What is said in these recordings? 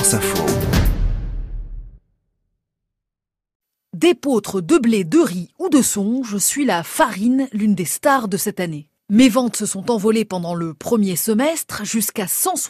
France Info. D'épeautre, de blé, de riz ou de son, je suis la farine, l'une des stars de cette année. Mes ventes se sont envolées pendant le premier semestre, jusqu'à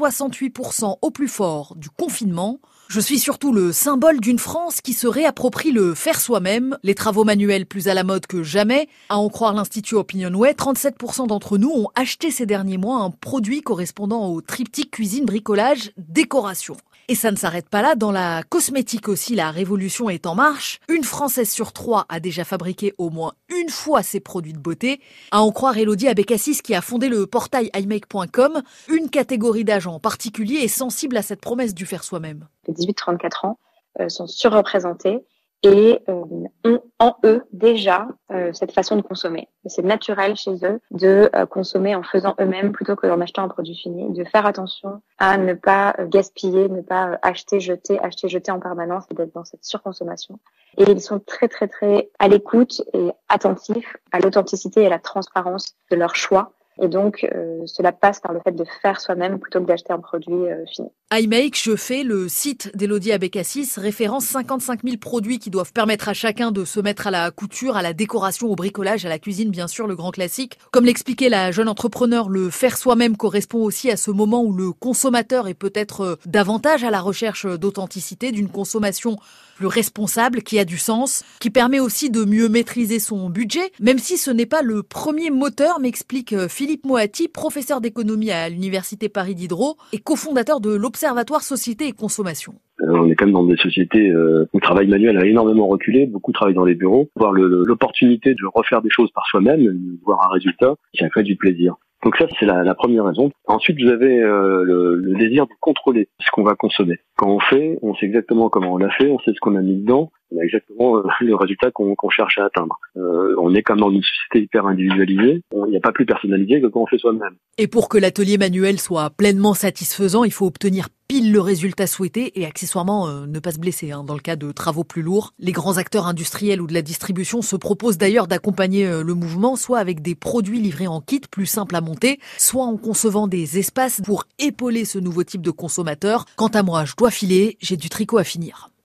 168% au plus fort du confinement. Je suis surtout le symbole d'une France qui se réapproprie le faire soi-même, les travaux manuels plus à la mode que jamais. À en croire l'Institut Opinionway, 37% d'entre nous ont acheté ces derniers mois un produit correspondant au triptyque cuisine, bricolage, décoration. Et ça ne s'arrête pas là, dans la cosmétique aussi, la révolution est en marche. Une Française sur 3 a déjà fabriqué au moins une fois ses produits de beauté. À en croire Elodie Abécassis qui a fondé le portail imake.com, une catégorie d'âge en particulier est sensible à cette promesse du faire soi-même. Les 18-34 ans sont surreprésentés et ont en eux déjà cette façon de consommer. C'est naturel chez eux de consommer en faisant eux-mêmes plutôt que d'en achetant un produit fini, de faire attention à ne pas gaspiller, ne pas acheter, jeter en permanence et d'être dans cette surconsommation. Et ils sont très très très à l'écoute et attentifs à l'authenticité et à la transparence de leur choix. Et donc, cela passe par le fait de faire soi-même plutôt que d'acheter un produit fini. iMake, je fais, le site d'Elodie Abécassis, référence 55 000 produits qui doivent permettre à chacun de se mettre à la couture, à la décoration, au bricolage, à la cuisine, bien sûr, le grand classique. Comme l'expliquait la jeune entrepreneur, le faire soi-même correspond aussi à ce moment où le consommateur est peut-être davantage à la recherche d'authenticité, d'une consommation plus responsable, qui a du sens, qui permet aussi de mieux maîtriser son budget, même si ce n'est pas le premier moteur, m'explique Philippe Moati, professeur d'économie à l'Université Paris Diderot et cofondateur de l'Observatoire Société et Consommation. On est quand même dans des sociétés où le travail manuel a énormément reculé, beaucoup travaillent dans les bureaux. Voir l'opportunité de refaire des choses par soi-même, voir un résultat, ça fait du plaisir. Donc ça, c'est la première raison. Ensuite, vous avez le désir de contrôler ce qu'on va consommer. Quand on fait, on sait exactement comment on l'a fait, on sait ce qu'on a mis dedans, on a exactement le résultat qu'on cherche à atteindre. On est comme dans une société hyper individualisée, il n'y a pas plus personnalisé que quand on fait soi-même. Et pour que l'atelier manuel soit pleinement satisfaisant, il faut obtenir pile le résultat souhaité et accessoirement ne pas se blesser. Dans le cas de travaux plus lourds, les grands acteurs industriels ou de la distribution se proposent d'ailleurs d'accompagner le mouvement, soit avec des produits livrés en kit plus simples à monter, soit en concevant des espaces pour épauler ce nouveau type de consommateur. Quant à moi, je dois filer, j'ai du tricot à finir.